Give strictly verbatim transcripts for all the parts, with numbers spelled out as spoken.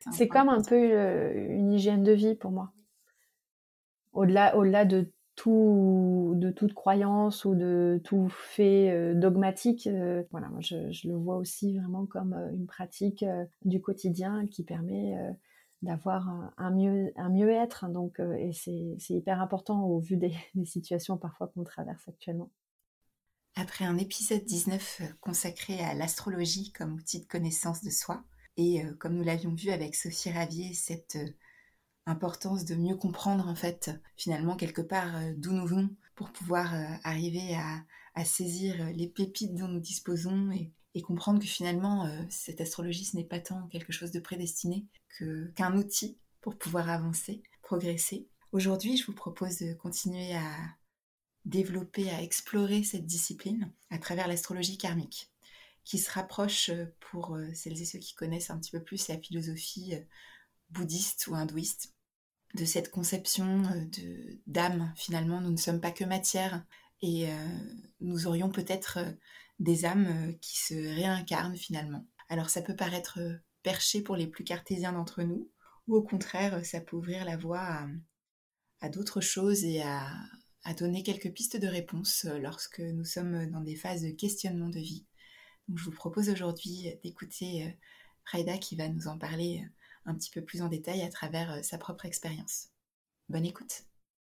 c'est C'est important. comme un peu euh, une hygiène de vie pour moi. Au-delà, au-delà de tout, de toute croyance ou de tout fait euh, dogmatique, euh, voilà, moi je, je le vois aussi vraiment comme euh, une pratique euh, du quotidien qui permet euh, d'avoir un, un mieux, un mieux-être. Donc, euh, et c'est, c'est hyper important au vu des, des situations parfois qu'on traverse actuellement. Après un épisode dix-neuf consacré à l'astrologie comme outil de connaissance de soi, et euh, comme nous l'avions vu avec Sophie Ravier, cette euh, importance de mieux comprendre en fait finalement quelque part euh, d'où nous venons pour pouvoir euh, arriver à, à saisir les pépites dont nous disposons et, et comprendre que finalement euh, cette astrologie ce n'est pas tant quelque chose de prédestiné que, qu'un outil pour pouvoir avancer, progresser. Aujourd'hui, je vous propose de continuer à développer, à explorer cette discipline à travers l'astrologie karmique, qui se rapproche, pour celles et ceux qui connaissent un petit peu plus la philosophie bouddhiste ou hindouiste, de cette conception de, d'âme. Finalement, nous ne sommes pas que matière, et euh, nous aurions peut-être des âmes qui se réincarnent finalement. Alors ça peut paraître perché pour les plus cartésiens d'entre nous, ou au contraire, ça peut ouvrir la voie à, à d'autres choses et à, à donner quelques pistes de réponse lorsque nous sommes dans des phases de questionnement de vie. Donc je vous propose aujourd'hui d'écouter Frayda qui va nous en parler un petit peu plus en détail à travers sa propre expérience. Bonne écoute.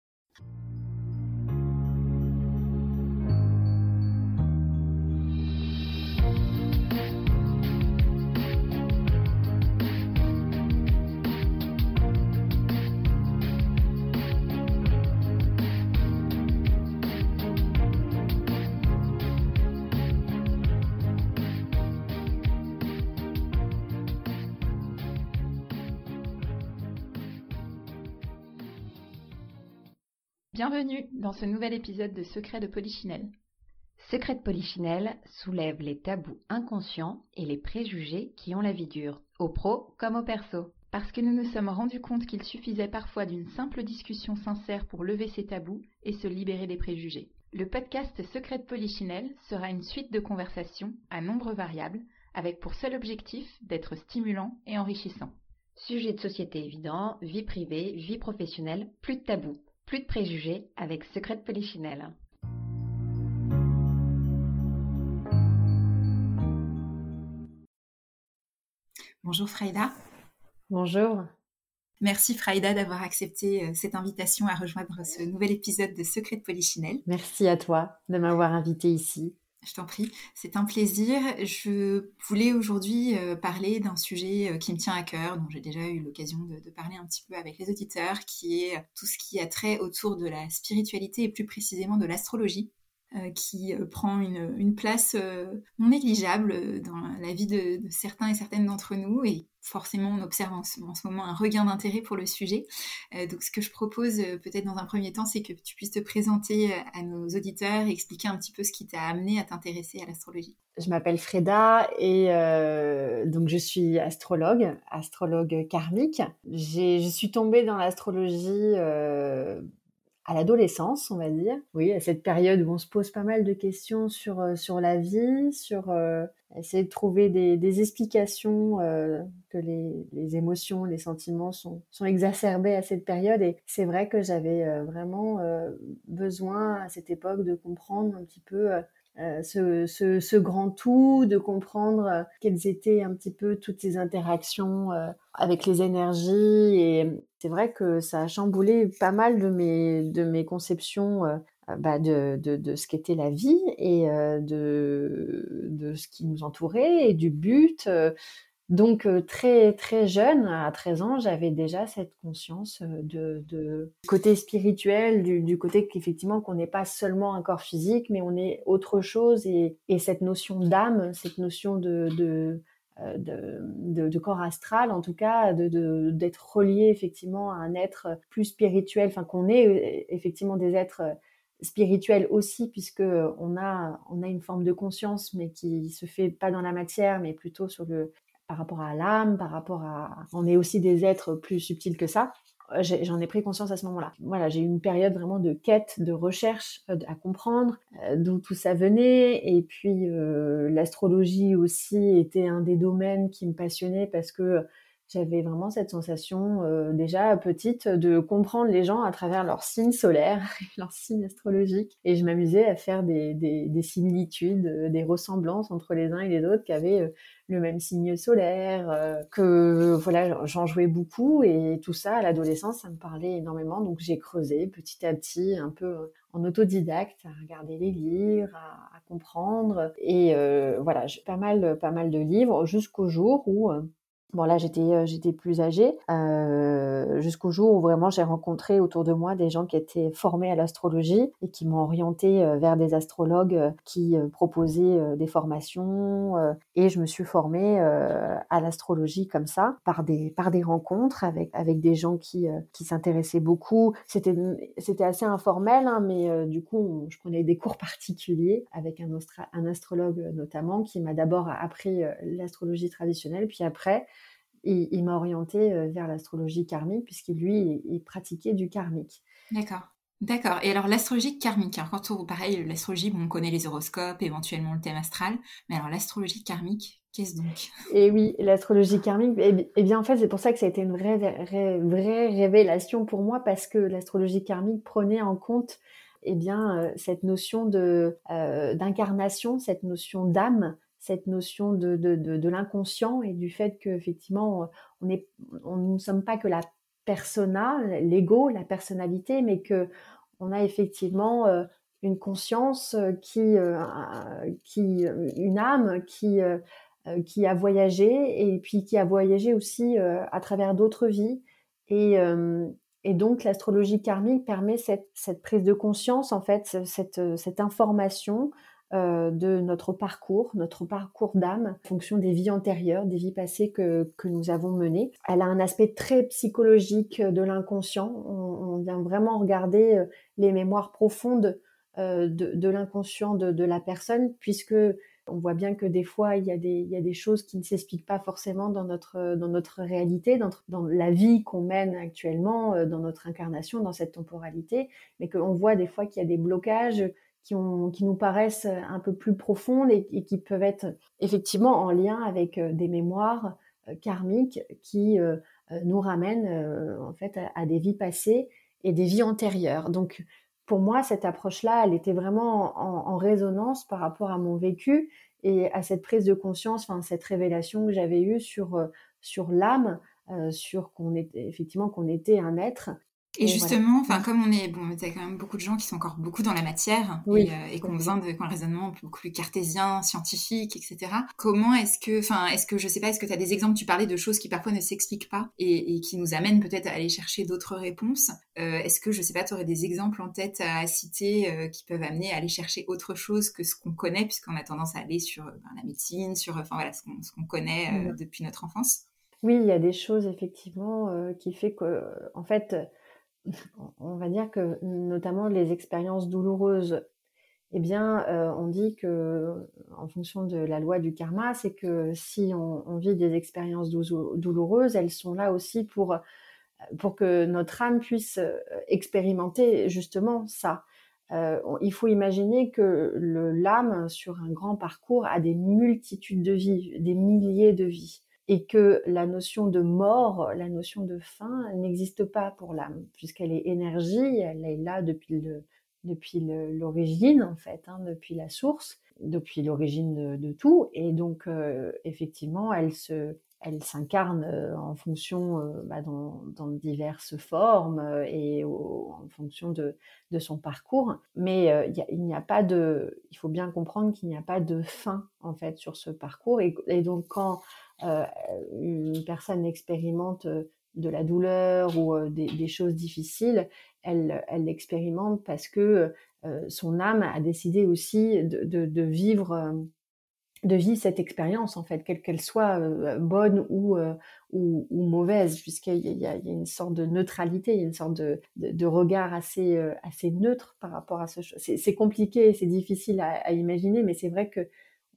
Bienvenue dans ce nouvel épisode de Secrets de Polichinelle. Secrets de Polichinelle soulève les tabous inconscients et les préjugés qui ont la vie dure, au pro comme au perso. Parce que nous nous sommes rendus compte qu'il suffisait parfois d'une simple discussion sincère pour lever ces tabous et se libérer des préjugés. Le podcast Secrets de Polichinelle sera une suite de conversations à nombre variable, avec pour seul objectif d'être stimulant et enrichissant. Sujet de société évident, vie privée, vie professionnelle, plus de tabous. Plus de préjugés avec Secrets de Polichinelle. Bonjour Frayda. Bonjour. Merci Frayda d'avoir accepté cette invitation à rejoindre ce nouvel épisode de Secrets de Polichinelle. Merci à toi de m'avoir invitée ici. Je t'en prie, c'est un plaisir. Je voulais aujourd'hui parler d'un sujet qui me tient à cœur, dont j'ai déjà eu l'occasion de, de parler un petit peu avec les auditeurs, qui est tout ce qui a trait autour de la spiritualité et plus précisément de l'astrologie, euh, qui prend une, une place euh, non négligeable dans la vie de, de certains et certaines d'entre nous, et forcément on observe en ce, en ce moment un regain d'intérêt pour le sujet. Euh, donc ce que je propose euh, peut-être dans un premier temps, c'est que tu puisses te présenter à nos auditeurs et expliquer un petit peu ce qui t'a amené à t'intéresser à l'astrologie. Je m'appelle Frayda et euh, donc je suis astrologue, astrologue karmique. J'ai, je suis tombée dans l'astrologie euh, à l'adolescence, on va dire. Oui, à cette période où on se pose pas mal de questions sur, euh, sur la vie, sur euh, essayer de trouver des, des explications, euh, que les, les émotions, les sentiments sont, sont exacerbés à cette période. Et c'est vrai que j'avais euh, vraiment euh, besoin à cette époque de comprendre un petit peu euh, Euh, ce, ce, ce grand tout, de comprendre euh, quelles étaient un petit peu toutes ces interactions euh, avec les énergies. Et c'est vrai que ça a chamboulé pas mal de mes, de mes conceptions euh, bah de, de, de ce qu'était la vie et euh, de, de ce qui nous entourait et du but. Euh, Donc euh, très très jeune, à treize ans, j'avais déjà cette conscience de, de côté spirituel, du, du côté qu'effectivement qu'on n'est pas seulement un corps physique, mais on est autre chose. Et, et cette notion d'âme, cette notion de, de, de, de, de corps astral, en tout cas, de, de, d'être relié effectivement à un être plus spirituel, enfin qu'on est effectivement des êtres spirituels aussi, puisque on a, on a une forme de conscience, mais qui se fait pas dans la matière, mais plutôt sur le par rapport à l'âme, par rapport à... On est aussi des êtres plus subtils que ça. J'ai, j'en ai pris conscience à ce moment-là. Voilà, j'ai eu une période vraiment de quête, de recherche, euh, à comprendre euh, d'où tout ça venait. Et puis, euh, l'astrologie aussi était un des domaines qui me passionnait parce que J'avais vraiment cette sensation, euh, déjà petite, de comprendre les gens à travers leur signe solaire, leur signe astrologique. Et je m'amusais à faire des, des, des similitudes, euh, des ressemblances entre les uns et les autres qui avaient euh, le même signe solaire, euh, que voilà, j'en jouais beaucoup. Et tout ça, à l'adolescence, ça me parlait énormément. Donc j'ai creusé petit à petit, un peu en autodidacte, à regarder les livres, à, à comprendre. Et euh, voilà, j'ai pas mal, pas mal de livres jusqu'au jour où... Euh, Bon là j'étais euh, j'étais plus âgée, euh, jusqu'au jour où vraiment j'ai rencontré autour de moi des gens qui étaient formés à l'astrologie et qui m'ont orientée euh, vers des astrologues euh, qui euh, proposaient euh, des formations, euh, et je me suis formée euh, à l'astrologie comme ça par des par des rencontres avec avec des gens qui euh, qui s'intéressaient beaucoup. C'était c'était assez informel, hein, mais euh, du coup on- je prenais des cours particuliers avec un, ostra- un astrologue notamment qui m'a d'abord appris euh, l'astrologie traditionnelle, puis après il, il m'a orientée euh, vers l'astrologie karmique, puisqu'il, lui, il, il pratiquait du karmique. D'accord. D'accord. Et alors, l'astrologie karmique, hein, quand on, pareil, l'astrologie, bon, on connaît les horoscopes, éventuellement le thème astral, mais alors l'astrologie karmique, qu'est-ce donc? Et oui, l'astrologie karmique, eh, bi- eh bien, en fait, c'est pour ça que ça a été une vraie, vraie, vraie révélation pour moi, parce que l'astrologie karmique prenait en compte, eh bien, euh, cette notion de, euh, d'incarnation, cette notion d'âme, cette notion de, de, de, de l'inconscient, et du fait qu'effectivement, on est, on ne sommes pas que la persona, l'ego, la personnalité, mais que on a effectivement euh, une conscience euh, qui, euh, qui, une âme qui, euh, euh, qui a voyagé, et puis qui a voyagé aussi euh, à travers d'autres vies. Et, euh, et donc l'astrologie karmique permet cette, cette prise de conscience, en fait, cette, cette information euh, de notre parcours, notre parcours d'âme, en fonction des vies antérieures, des vies passées que, que nous avons menées. Elle a un aspect très psychologique de l'inconscient. On, on vient vraiment regarder euh, les mémoires profondes euh, de, de l'inconscient de, de la personne, puisque on voit bien que des fois, il y a des, il y a des choses qui ne s'expliquent pas forcément dans notre, dans notre réalité, dans, dans la vie qu'on mène actuellement, euh, dans notre incarnation, dans cette temporalité, mais qu'on voit des fois qu'il y a des blocages qui, ont, qui nous paraissent un peu plus profondes, et, et qui peuvent être effectivement en lien avec euh, des mémoires euh, karmiques qui euh, euh, nous ramènent euh, en fait à, à des vies passées et des vies antérieures. Donc, pour moi, cette approche-là, elle était vraiment en, en résonance par rapport à mon vécu et à cette prise de conscience, enfin cette révélation que j'avais eue sur euh, sur l'âme, euh, sur qu'on était effectivement qu'on était un être. Et Et voilà. justement, enfin, comme on est, bon, il y a quand même beaucoup de gens qui sont encore beaucoup dans la matière et, Oui, euh, et qui tout à ont fait. besoin de, qui ont un raisonnement beaucoup plus cartésien, scientifique, et cetera. Comment est-ce que, enfin, est-ce que, je sais pas, est-ce que tu as des exemples, tu parlais de choses qui parfois ne s'expliquent pas et, et qui nous amènent peut-être à aller chercher d'autres réponses. Euh, est-ce que, je sais pas, tu aurais des exemples en tête à citer euh, qui peuvent amener à aller chercher autre chose que ce qu'on connaît, puisqu'on a tendance à aller sur euh, ben, la médecine, sur, enfin voilà, ce qu'on, ce qu'on connaît euh, Mhm. depuis notre enfance? Oui, il y a des choses effectivement euh, qui fait que, en fait, on va dire que notamment les expériences douloureuses, eh bien, euh, on dit que, en fonction de la loi du karma, c'est que si on, on vit des expériences dou- douloureuses, elles sont là aussi pour pour que notre âme puisse euh, expérimenter justement ça. Euh, on- il faut imaginer que le, l'âme, sur un grand parcours, a des multitudes de vies, des milliers de vies, et que la notion de mort, la notion de fin, elle n'existe pas pour l'âme, puisqu'elle est énergie, elle est là depuis le, depuis le, l'origine, en fait, hein, depuis la source, depuis l'origine de, de tout, et donc euh, effectivement, elle se elle s'incarne euh, en fonction, euh, bah, dans, dans diverses formes euh, et au- en fonction de, de son parcours. Mais euh, y a- il n'y a pas de, il faut bien comprendre qu'il n'y a pas de fin en fait sur ce parcours. Et, et donc quand euh, une personne expérimente de la douleur ou euh, des, des choses difficiles, elle, elle l'expérimente parce que euh, son âme a décidé aussi de, de, de vivre. Euh, de vivre cette expérience, en fait, quelle qu'elle soit, euh, bonne ou, euh, ou, ou mauvaise, puisqu'il y a, il y a une sorte de neutralité, il y a une sorte de, de, de regard assez, euh, assez neutre par rapport à ce. C'est, c'est compliqué, c'est difficile à, à imaginer, mais c'est vrai que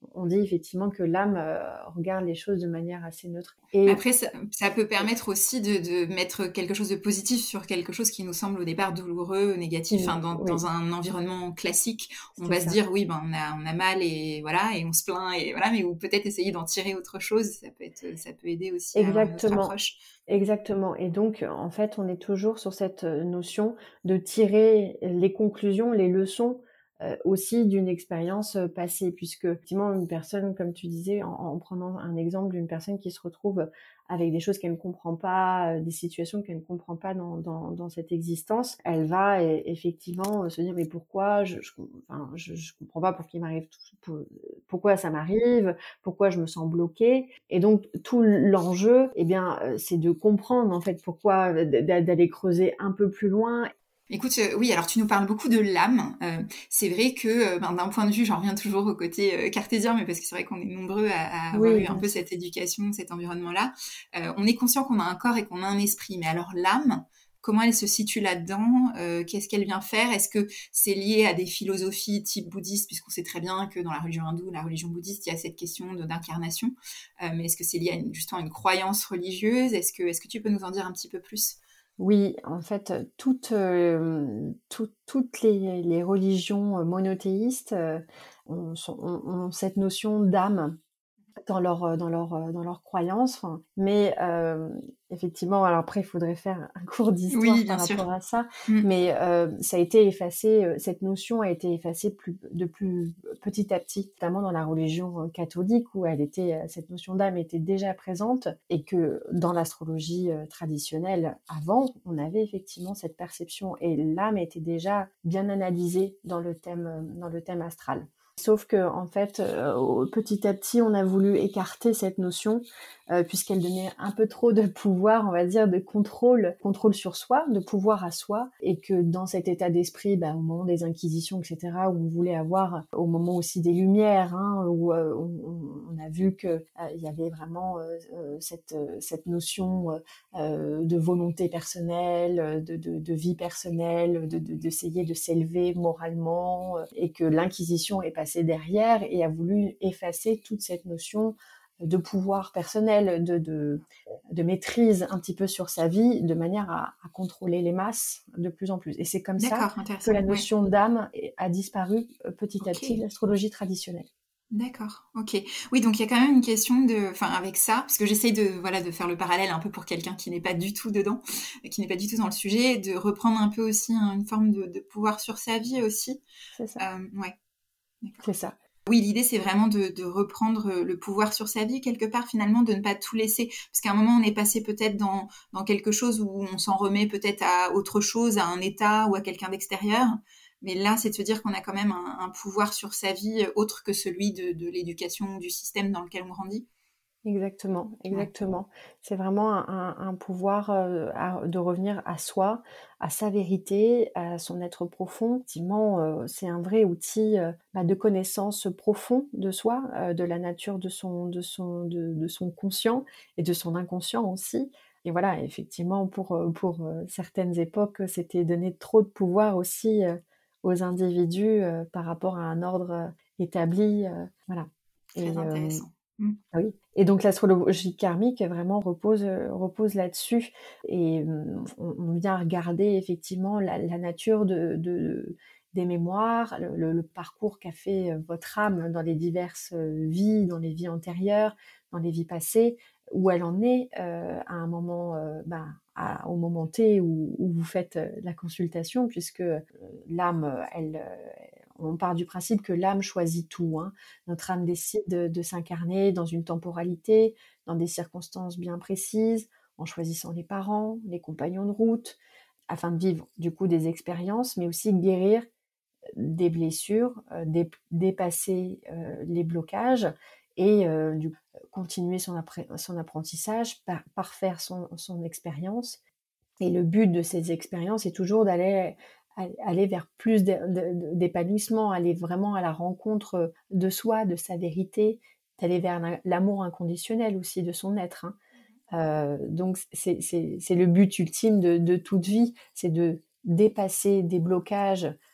on dit effectivement que l'âme euh, regarde les choses de manière assez neutre. Et après, ça, ça peut permettre aussi de, de mettre quelque chose de positif sur quelque chose qui nous semble au départ douloureux, négatif. Oui, Enfin, dans, oui. dans un environnement classique, on C'est va ça. se dire oui, ben on a on a mal et voilà et on se plaint et voilà, mais ou peut-être essayer d'en tirer autre chose. Ça peut être, ça peut aider aussi à avoir une autre Exactement. approche. Exactement. Et donc, en fait, on est toujours sur cette notion de tirer les conclusions, les leçons euh, aussi d'une expérience passée, puisque effectivement, une personne, comme tu disais, en, en prenant un exemple d'une personne qui se retrouve avec des choses qu'elle ne comprend pas, des situations qu'elle ne comprend pas dans, dans, dans cette existence, elle va e- effectivement se dire mais pourquoi je je, enfin, je, je comprends pas pour qu'il m'arrive tout, pour, pourquoi ça m'arrive, pourquoi je me sens bloquée. Et donc tout l'enjeu, eh bien, c'est de comprendre en fait pourquoi, d'aller creuser un peu plus loin. Écoute, euh, oui, alors tu nous parles beaucoup de l'âme. Euh, c'est vrai que euh, ben, d'un point de vue, j'en reviens toujours au côté euh, cartésien, mais parce que c'est vrai qu'on est nombreux à, à avoir Oui, eu un bien peu sûr. cette éducation, cet environnement-là. Euh, on est conscient qu'on a un corps et qu'on a un esprit, mais alors l'âme, comment elle se situe là-dedans? euh, Qu'est-ce qu'elle vient faire? Est-ce que c'est lié à des philosophies type bouddhiste, puisqu'on sait très bien que dans la religion hindoue, la religion bouddhiste, il y a cette question de, d'incarnation. Euh, mais est-ce que c'est lié à une, justement une croyance religieuse? Est-ce que, est-ce que tu peux nous en dire un petit peu plus? Oui, en fait, toutes, euh, tout- toutes les, les religions monothéistes euh, ont, sont- ont- ont cette notion d'âme dans leur dans leur dans leurs croyances. Enfin, mais euh, effectivement, alors après, il faudrait faire un cours Oui, d'histoire bien par sûr. rapport à ça. Mm. Mais euh, ça a été effacé. euh, Cette notion a été effacée plus, de plus petit à petit, notamment dans la religion euh, catholique où elle était, euh, cette notion d'âme était déjà présente et que dans l'astrologie euh, traditionnelle avant, on avait effectivement cette perception et l'âme était déjà bien analysée dans le thème euh, dans le thème astral. Sauf que, en fait, euh, petit à petit, on a voulu écarter cette notion euh, puisqu'elle donnait un peu trop de pouvoir, on va dire, de contrôle, contrôle sur soi, de pouvoir à soi, et que dans cet état d'esprit, bah, au moment des inquisitions, et cetera, où on voulait avoir, au moment aussi des Lumières, hein, où euh, on, on a vu que euh, il y avait vraiment euh, cette cette notion euh, de volonté personnelle, de, de, de vie personnelle, de, de, d'essayer de s'élever moralement, euh, et que l'Inquisition est passée derrière et a voulu effacer toute cette notion de pouvoir personnel, de, de, de maîtrise un petit peu sur sa vie, de manière à, à contrôler les masses de plus en plus. Et c'est comme ça D'accord, que intéressant. la Ouais. notion d'âme a disparu petit à Ok. petit de l'astrologie traditionnelle. D'accord, ok. Oui, donc il y a quand même une question de, enfin avec ça, parce que j'essaye de, voilà, de faire le parallèle un peu pour quelqu'un qui n'est pas du tout dedans, qui n'est pas du tout dans le sujet, de reprendre un peu aussi hein, une forme de, de pouvoir sur sa vie aussi. C'est ça. Euh, ouais, d'accord. C'est ça. Oui, l'idée c'est vraiment de, de reprendre le pouvoir sur sa vie quelque part finalement, de ne pas tout laisser, parce qu'à un moment on est passé peut-être dans dans quelque chose où on s'en remet peut-être à autre chose, à un état ou à quelqu'un d'extérieur. Mais là, c'est de se dire qu'on a quand même un, un pouvoir sur sa vie autre que celui de, de l'éducation, du système dans lequel on grandit. Exactement, Ouais. exactement. C'est vraiment un, un- un pouvoir euh, à- de revenir à soi, à sa vérité, à son être profond. Effectivement, euh, c'est un vrai outil euh, bah, de connaissance profond de soi, euh, de la nature de son, de son, de, de son conscient et de son inconscient aussi. Et voilà, effectivement, pour, euh, pour euh, certaines époques, c'était donner trop de pouvoir aussi euh, aux individus euh, par rapport à un ordre euh, établi. euh, voilà. Très Et, euh, intéressant. Mm. oui, et donc l'astrologie karmique vraiment repose, heu, repose là-dessus et mmh, on on vient regarder effectivement la la nature de de des mémoires, le le le parcours qu'a fait, heu, votre âme dans les diverses, heu, vies, dans les vies antérieures, dans les vies passées, où elle en est, heu, à un moment, heu, ben, à au moment T où où vous faites, heu, la consultation puisque, heu, l'âme, heu, elle, heu, on part du principe que l'âme choisit tout, hein. Notre âme décide de, de s'incarner dans une temporalité, dans des circonstances bien précises, en choisissant les parents, les compagnons de route, afin de vivre du coup des expériences, mais aussi guérir des blessures, euh, dé- dépasser euh, les blocages et euh, du, continuer son, appré- son apprentissage, par, parfaire son, son expérience. Et le but de ces expériences est toujours d'aller aller vers plus d'épanouissement, aller vraiment à la rencontre de soi, de sa vérité, d'aller vers l'amour inconditionnel aussi de son être. Hein. Euh, donc c'est, c'est, c'est le but ultime de, de toute vie, c'est de dépasser des blocages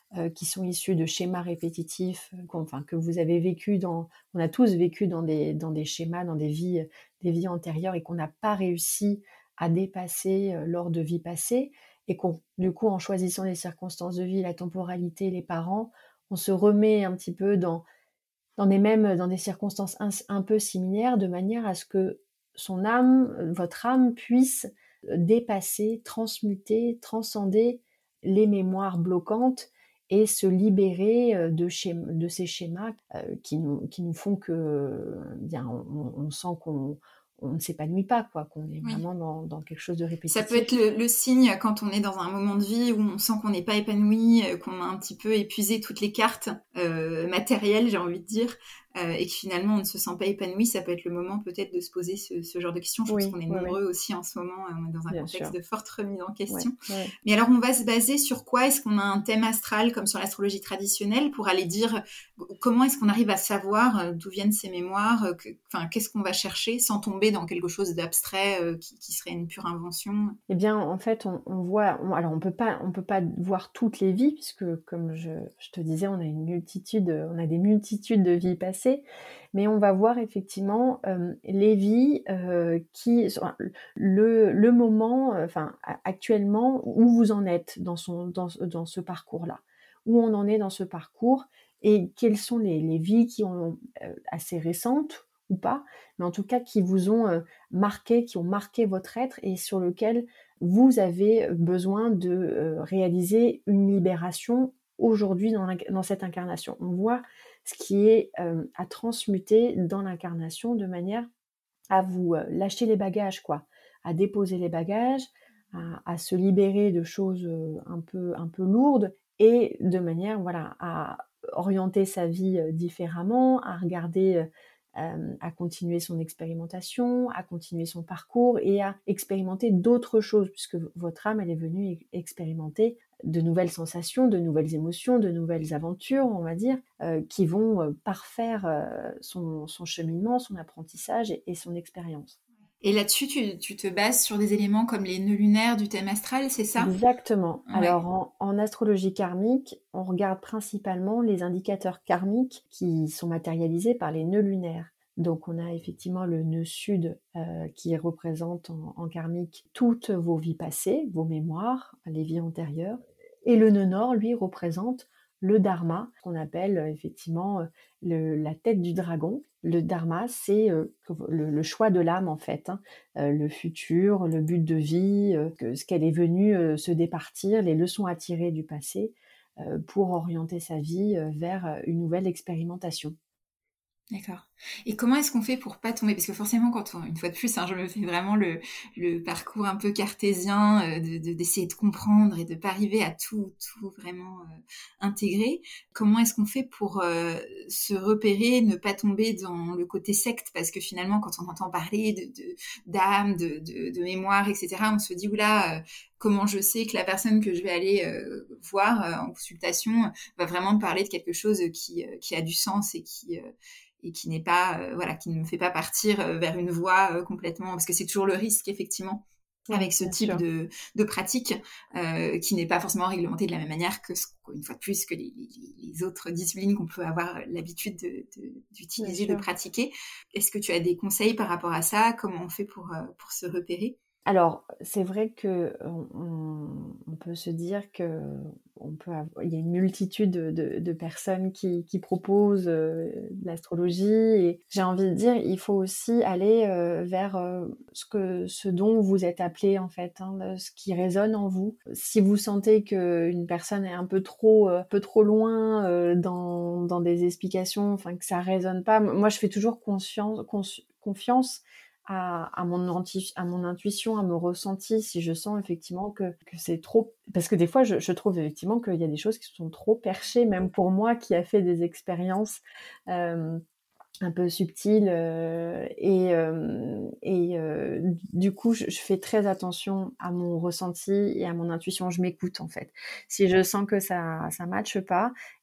euh, qui sont issus de schémas répétitifs, euh, qu'on- enfin, que vous avez vécu dans, on a tous vécu dans des, dans des schémas, dans des vies, des vies antérieures et qu'on n'a pas réussi à dépasser euh, lors de vies passées et qu'on, du coup, en choisissant les circonstances de vie, la temporalité, les parents, on se remet un petit peu dans, dans des mêmes, dans des circonstances un, un peu similaires de manière à ce que son âme, euh, votre âme puisse euh, dépasser, transmuter, transcender les mémoires bloquantes et se libérer euh, de, schéma, de ces schémas euh, qui, nous, qui nous font que, euh, bien, on, on sent qu'on on ne s'épanouit pas, quoi, qu'on est Oui. vraiment dans, dans quelque chose de répétitif. Ça peut être le, le signe quand on est dans un moment de vie où on sent qu'on n'est pas épanoui, euh, qu'on a un petit peu épuisé toutes les cartes euh, matérielles, j'ai envie de dire, euh, et que finalement on ne se sent pas épanoui. Ça peut être le moment peut-être de se poser ce, ce genre de questions. Je Oui, pense qu'on est oui, nombreux oui. aussi en ce moment, euh, on est dans un Bien contexte sûr. de forte remise en question. Ouais, ouais. Mais alors on va se baser sur quoi? Est-ce qu'on a un thème astral comme sur l'astrologie traditionnelle pour aller dire comment est-ce qu'on arrive à savoir d'où viennent ces mémoires, que, enfin, qu'est-ce qu'on va chercher sans tomber dans quelque chose d'abstrait euh, qui, qui serait une pure invention? Eh bien, en fait, on, on voit. On, alors, on peut pas, on peut pas voir toutes les vies puisque, comme je, je te disais, on a une multitude, on a des multitudes de vies passées, mais on va voir effectivement euh, les vies euh, qui, le, le moment, euh, enfin, actuellement, où vous en êtes dans son, dans, dans ce parcours-là, où on en est dans ce parcours et quelles sont les, les vies qui ont euh, assez récentes ou pas, mais en tout cas qui vous ont euh, marqué, qui ont marqué votre être et sur lequel vous avez besoin de euh, réaliser une libération aujourd'hui dans, dans cette incarnation. On voit ce qui est euh, à transmuter dans l'incarnation de manière à vous euh, lâcher les bagages, quoi, à déposer les bagages, à, à se libérer de choses euh, un peu, un peu lourdes et de manière, voilà, à orienter sa vie euh, différemment, à regarder euh, euh, à continuer son expérimentation, à continuer son parcours et à expérimenter d'autres choses, puisque votre âme, elle est venue expérimenter de nouvelles sensations, de nouvelles émotions, de nouvelles aventures, on va dire, euh, qui vont euh, parfaire euh, son, son cheminement, son apprentissage et, et son expérience. Et là-dessus, tu, tu te bases sur des éléments comme les nœuds lunaires du thème astral, c'est ça? Exactement. Ouais. Alors, en, en astrologie karmique, on regarde principalement les indicateurs karmiques qui sont matérialisés par les nœuds lunaires. Donc, on a effectivement le nœud sud euh, qui représente en, en karmique toutes vos vies passées, vos mémoires, les vies antérieures. Et le nœud nord, lui, représente le dharma, qu'on appelle euh, effectivement euh, le, la tête du dragon. Le dharma, c'est euh, le, le choix de l'âme, en fait, hein. Euh, le futur, le but de vie, euh, que, ce qu'elle est venue euh, se départir, les leçons à tirer du passé euh, pour orienter sa vie euh, vers une nouvelle expérimentation. D'accord. Et comment est-ce qu'on fait pour pas tomber? Parce que forcément, quand on, une fois de plus, hein, je me fais vraiment le, le parcours un peu cartésien euh, de, de, d'essayer de comprendre et de pas arriver à tout, tout vraiment euh, intégrer. Comment est-ce qu'on fait pour euh, se repérer, ne pas tomber dans le côté secte? Parce que finalement, quand on entend parler de, de d'âme, de, de, de mémoire, et cetera, on se dit oula. Euh, Comment je sais que la personne que je vais aller euh, voir euh, en consultation va vraiment me parler de quelque chose qui, euh, qui a du sens et qui euh, et qui n'est pas euh, voilà, qui ne me fait pas partir euh, vers une voie euh, complètement, parce que c'est toujours le risque effectivement Oui, avec ce type de, de pratique euh, qui n'est pas forcément réglementée de la même manière que, une fois de plus, que les, les, les autres disciplines qu'on peut avoir l'habitude de, de, d'utiliser, de pratiquer. Est-ce que tu as des conseils par rapport à ça? Comment on fait pour, euh, pour se repérer? Alors, c'est vrai que on, on peut se dire que on peut avoir, il y a une multitude de, de, de personnes qui, qui proposent euh, l'astrologie et j'ai envie de dire, il faut aussi aller euh, vers euh, ce que, ce dont vous êtes appelé en fait, hein, ce qui résonne en vous. Si vous sentez qu'une personne est un peu trop, un peu trop loin euh, dans, dans des explications, enfin que ça résonne pas, moi je fais toujours conscience, cons, confiance. À, à, mon à mon intuition, à mon ressenti, si je sens effectivement que, que c'est trop... Parce que des fois, je, je trouve effectivement qu'il y a des choses qui sont trop perchées, même pour moi qui a fait des expériences euh, un peu subtiles. Euh, et euh, et euh, du coup, je, je fais très attention à mon ressenti et à mon intuition. Je m'écoute, en fait. Si je sens que ça ça matche pas,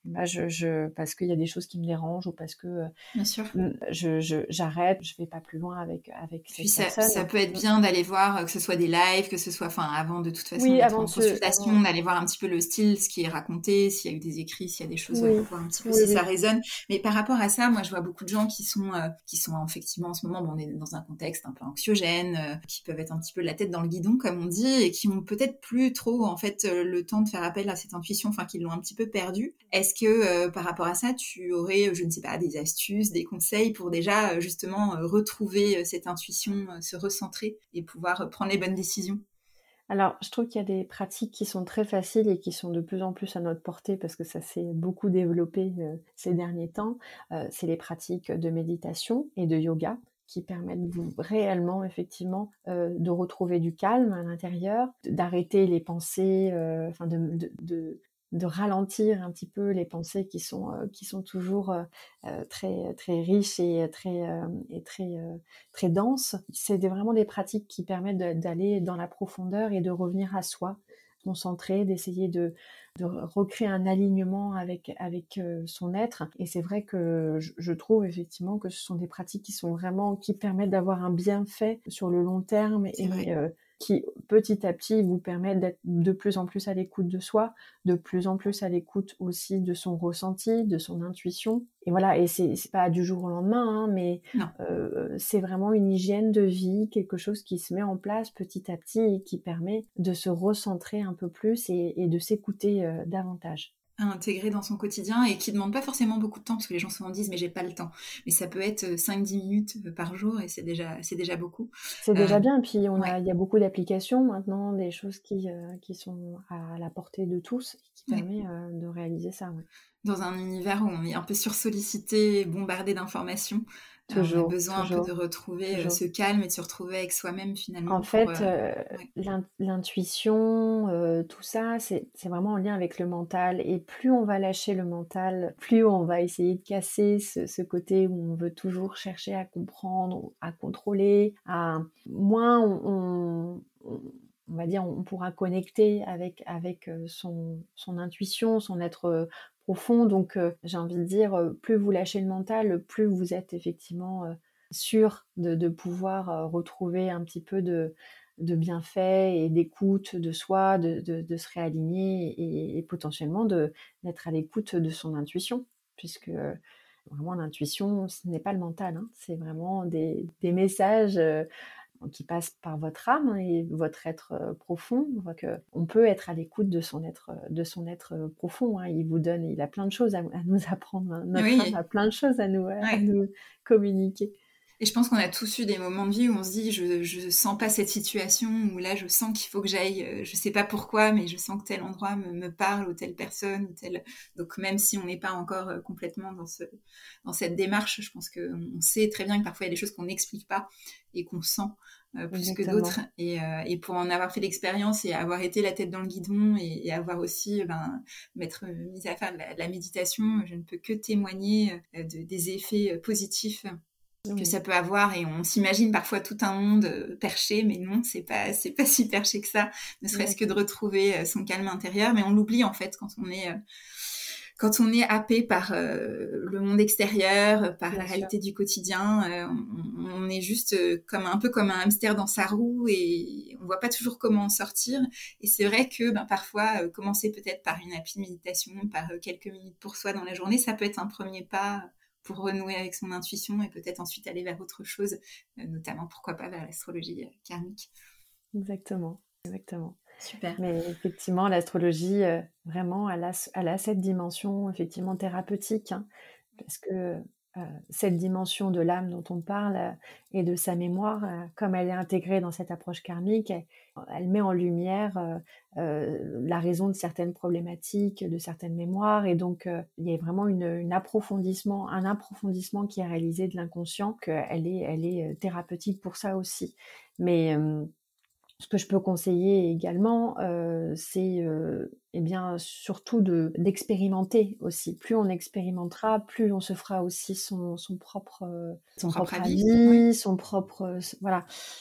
bah, je, je, parce qu'il y a des choses qui me dérangent ou parce que Bien sûr. je, je, j'arrête, je vais pas plus loin avec, avec Puis cette ça, personne. ça peut être bien d'aller voir, que ce soit des lives, que ce soit, enfin, avant de toute façon Oui, d'être avant en de se, consultation, avant... d'aller voir un petit peu le style, ce qui est raconté, s'il y a eu des écrits, s'il y a des choses, ouais, Oui, pour voir un petit peu oui, si oui. ça résonne. Mais par rapport à ça, moi, je vois beaucoup de gens qui sont, euh, qui sont effectivement en ce moment, bon, on est dans un contexte un peu anxiogène, euh, qui peuvent être un petit peu la tête dans le guidon, comme on dit, et qui ont peut-être plus trop, en fait, euh, le temps de faire appel à cette intuition, enfin, qui l'ont un petit peu perdue. Est-ce que, euh, par rapport à ça, tu aurais, je ne sais pas, des astuces, des conseils pour déjà, euh, justement, euh, retrouver euh, cette intuition, euh, se recentrer et pouvoir euh, prendre les bonnes décisions? Alors, je trouve qu'il y a des pratiques qui sont très faciles et qui sont de plus en plus à notre portée parce que ça s'est beaucoup développé euh, ces derniers temps. Euh, c'est les pratiques de méditation et de yoga qui permettent vous, réellement, effectivement, euh, de retrouver du calme à l'intérieur, d'arrêter les pensées, euh, enfin de, de, de, de ralentir un petit peu les pensées qui sont, euh, qui sont toujours euh, euh, très, très riches et très, euh, et très, euh, très denses. C'est des, vraiment des pratiques qui permettent de, d'aller dans la profondeur et de revenir à soi, concentrer, d'essayer de, de recréer un alignement avec, avec euh, son être. Et c'est vrai que je, je trouve effectivement que ce sont des pratiques qui sont vraiment, qui permettent d'avoir un bienfait sur le long terme C'est vrai. et euh, qui petit à petit vous permettent d'être de plus en plus à l'écoute de soi, de plus en plus à l'écoute aussi de son ressenti, de son intuition. Et voilà, et c'est, c'est pas du jour au lendemain, hein, mais Non. euh, c'est vraiment une hygiène de vie, quelque chose qui se met en place petit à petit et qui permet de se recentrer un peu plus et, et de s'écouter euh, davantage. À intégrer dans son quotidien et qui demande pas forcément beaucoup de temps parce que les gens souvent disent mais j'ai pas le temps, mais ça peut être cinq dix minutes par jour et c'est déjà c'est déjà beaucoup. C'est euh, déjà bien, puis on ouais, a, il y a beaucoup d'applications maintenant, des choses qui, euh, qui sont à la portée de tous et qui ouais. permet euh, de réaliser ça. Ouais. Dans un univers où on est un peu sursollicité, bombardé d'informations, euh, on a Toujours, besoin un peu de toujours, retrouver euh, toujours. ce calme et de se retrouver avec soi-même finalement En pour fait, euh, euh, ouais. l'in- l'intuition, euh, tout ça, c'est c'est vraiment en lien avec le mental. Et plus on va lâcher le mental, plus on va essayer de casser ce, ce côté où on veut toujours chercher à comprendre, à contrôler, à moins on, on, on va dire, on pourra connecter avec avec euh, son son intuition, son être euh, profond. Donc, euh, j'ai envie de dire, euh, plus vous lâchez le mental, plus vous êtes effectivement euh, sûr de, de pouvoir euh, retrouver un petit peu de, de bienfait et d'écoute de soi, de, de, de se réaligner et, et potentiellement de, d'être à l'écoute de son intuition, puisque euh, vraiment l'intuition, ce n'est pas le mental, hein, c'est vraiment des, des messages euh, qui passent par votre âme et votre être euh, profond. Donc, euh, on peut être à l'écoute de son être, de son être euh, profond. Hein. Il vous donne, il a plein de choses à, à nous apprendre. Hein. Notre âme Oui, a plein de choses à nous, à ouais. nous communiquer. Et je pense qu'on a tous eu des moments de vie où on se dit je, je sens pas cette situation, où là je sens qu'il faut que j'aille, euh, je sais pas pourquoi, mais je sens que tel endroit me, me parle, ou telle personne, ou tel... Donc même si on n'est pas encore euh, complètement dans, ce, dans cette démarche, je pense qu'on sait très bien que parfois il y a des choses qu'on n'explique pas et qu'on sent euh, plus que Exactement. d'autres. Et, euh, et pour en avoir fait l'expérience et avoir été la tête dans le guidon et, et avoir aussi ben, m'être mise à faire de la, de la méditation, je ne peux que témoigner euh, de, des effets euh, positifs que Oui. ça peut avoir, et on s'imagine parfois tout un monde perché, mais non, c'est pas c'est pas si perché que ça, ne serait-ce que de retrouver son calme intérieur, mais on l'oublie en fait quand on est quand on est happé par euh, le monde extérieur, par Bien la sûr. réalité du quotidien. Euh, on, on est juste comme un peu comme un hamster dans sa roue et on voit pas toujours comment en sortir. Et c'est vrai que ben, parfois euh, commencer peut-être par une appli de méditation, par euh, quelques minutes pour soi dans la journée, ça peut être un premier pas pour renouer avec son intuition et peut-être ensuite aller vers autre chose, euh, notamment pourquoi pas vers l'astrologie euh, karmique. Exactement, exactement. Super. Mais effectivement, l'astrologie, euh, vraiment, elle a, elle a cette dimension effectivement thérapeutique, hein, parce que euh, cette dimension de l'âme dont on parle euh, et de sa mémoire, euh, comme elle est intégrée dans cette approche karmique, elle, elle met en lumière euh, euh, la raison de certaines problématiques, de certaines mémoires, et donc euh, il y a vraiment une, une approfondissement, un approfondissement qui est réalisé de l'inconscient, qu'elle est, elle est thérapeutique pour ça aussi. Mais euh, ce que je peux conseiller également, euh, c'est euh, eh bien surtout de d'expérimenter aussi. Plus on expérimentera, plus on se fera aussi son, son propre euh, son Propre propre avis, avis, ouais. son propre euh, voilà.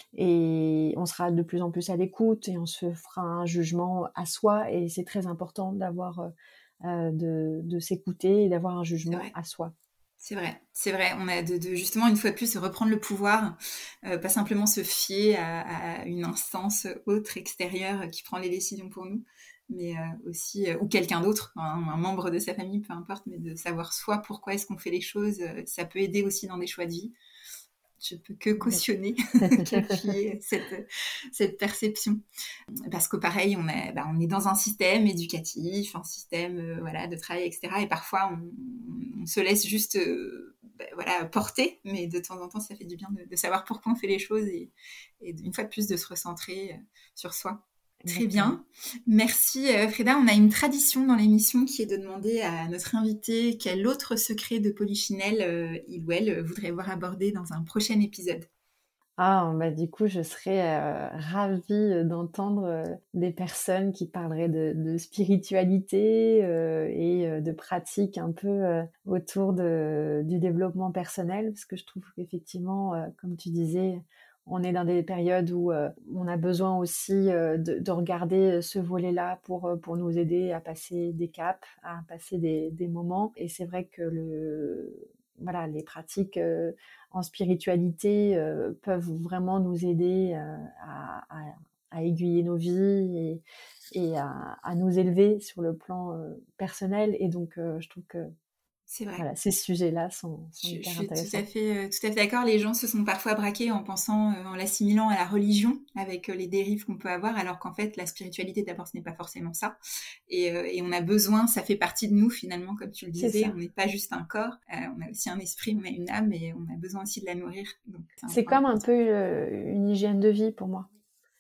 Et on sera de plus en plus à l'écoute et on se fera un jugement à soi. Et c'est très important d'avoir euh, euh, de, de s'écouter et d'avoir un jugement à soi. C'est vrai, c'est vrai. On a de, de justement une fois de plus reprendre le pouvoir, euh, pas simplement se fier à, à une instance autre extérieure qui prend les décisions pour nous, mais euh, aussi euh, ou quelqu'un d'autre, un, un membre de sa famille, peu importe, mais de savoir soi pourquoi est-ce qu'on fait les choses. Euh, ça peut aider aussi dans des choix de vie. Je peux que cautionner, qu'appuyer cette, cette perception. Parce que pareil, on est, bah, on est dans un système éducatif, un système euh, voilà, de travail, et cetera. Et parfois, on, on se laisse juste euh, bah, voilà, porter, mais de temps en temps, ça fait du bien de, de savoir pourquoi on fait les choses et, et une fois de plus de se recentrer euh, sur soi. Très bien. Merci euh, Freda. On a une tradition dans l'émission qui est de demander à notre invité quel autre secret de Polichinelle euh, il ou elle voudrait voir abordé dans un prochain épisode. Ah, bah du coup, je serais euh, ravie d'entendre euh, des personnes qui parleraient de, de spiritualité euh, et euh, de pratiques un peu euh, autour de, du développement personnel, parce que je trouve qu'effectivement, euh, comme tu disais, on est dans des périodes où euh, on a besoin aussi euh, de, de regarder ce volet-là pour, pour nous aider à passer des caps, à passer des, des moments. Et c'est vrai que le, voilà, les pratiques euh, en spiritualité euh, peuvent vraiment nous aider euh, à, à, à aiguiller nos vies et, et à, à nous élever sur le plan euh, personnel. Et donc, euh, je trouve que c'est vrai. Voilà, ces sujets-là sont, sont je, hyper je suis intéressants. tout à fait, euh, tout à fait d'accord. Les gens se sont parfois braqués en pensant, euh, en l'assimilant à la religion, avec euh, les dérives qu'on peut avoir, alors qu'en fait, la spiritualité, d'abord, ce n'est pas forcément ça. Et, euh, et on a besoin, ça fait partie de nous, finalement, comme tu le disais. On n'est pas juste un corps, euh, on a aussi un esprit, on a une âme, et on a besoin aussi de la nourrir. Donc, c'est c'est comme un peu euh, une hygiène de vie pour moi.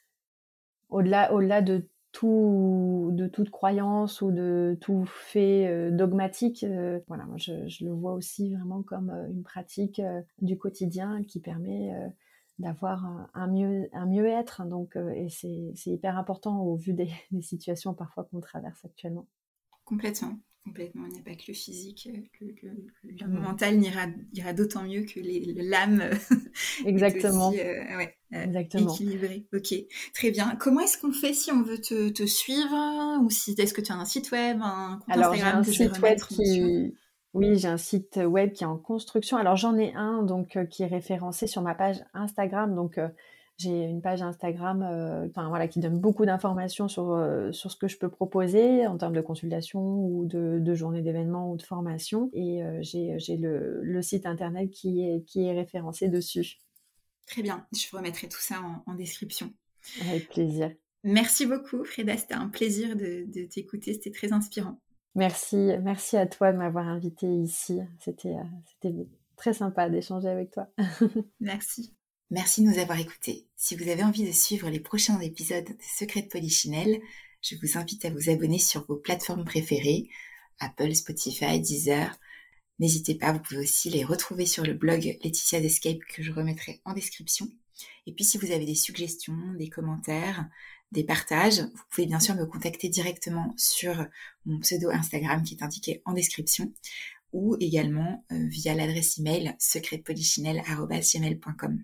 Au-delà, au-delà de tout, de toute croyance ou de tout fait euh, dogmatique, euh, voilà, moi je, je le vois aussi vraiment comme euh, une pratique euh, du quotidien qui permet euh, d'avoir un, un mieux, un mieux-être. Donc, euh, et c'est, c'est hyper important au vu des, des situations parfois qu'on traverse actuellement. Complètement. Complètement, il n'y a pas que le physique, le, le, le mmh. mental ira, ira d'autant mieux que les, l'âme Exactement. est aussi euh, ouais, euh, Exactement. équilibrée. Ok, très bien. Comment est-ce qu'on fait si on veut te, te suivre ou si est-ce que tu as un site web, un compte Alors, Instagram que je vais remettre qui... dessus Oui, j'ai un site web qui est en construction. Alors, j'en ai un donc euh, qui est référencé sur ma page Instagram. Donc, euh, j'ai une page Instagram euh, voilà, qui donne beaucoup d'informations sur, euh, sur ce que je peux proposer en termes de consultation ou de, de journées d'événements ou de formation. Et euh, j'ai, j'ai le, le site internet qui est, qui est référencé dessus. Très bien, je vous remettrai tout ça en, en description. Avec plaisir. Merci beaucoup Freda, c'était un plaisir de, de t'écouter, c'était très inspirant. Merci, merci à toi de m'avoir invitée ici. C'était, euh, c'était très sympa d'échanger avec toi. Merci. Merci de nous avoir écoutés. Si vous avez envie de suivre les prochains épisodes des Secrets de Polichinelle, je vous invite à vous abonner sur vos plateformes préférées, Apple, Spotify, Deezer. N'hésitez pas, vous pouvez aussi les retrouver sur le blog Laetitia's Escape que je remettrai en description. Et puis si vous avez des suggestions, des commentaires, des partages, vous pouvez bien sûr me contacter directement sur mon pseudo Instagram qui est indiqué en description ou également euh, via l'adresse email secretpolichinelle arobase gmail point com.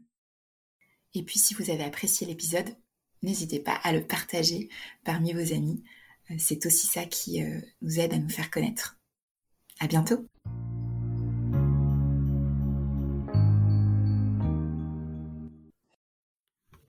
Et puis si vous avez apprécié l'épisode, n'hésitez pas à le partager parmi vos amis. C'est aussi ça qui euh, nous aide à nous faire connaître. À bientôt!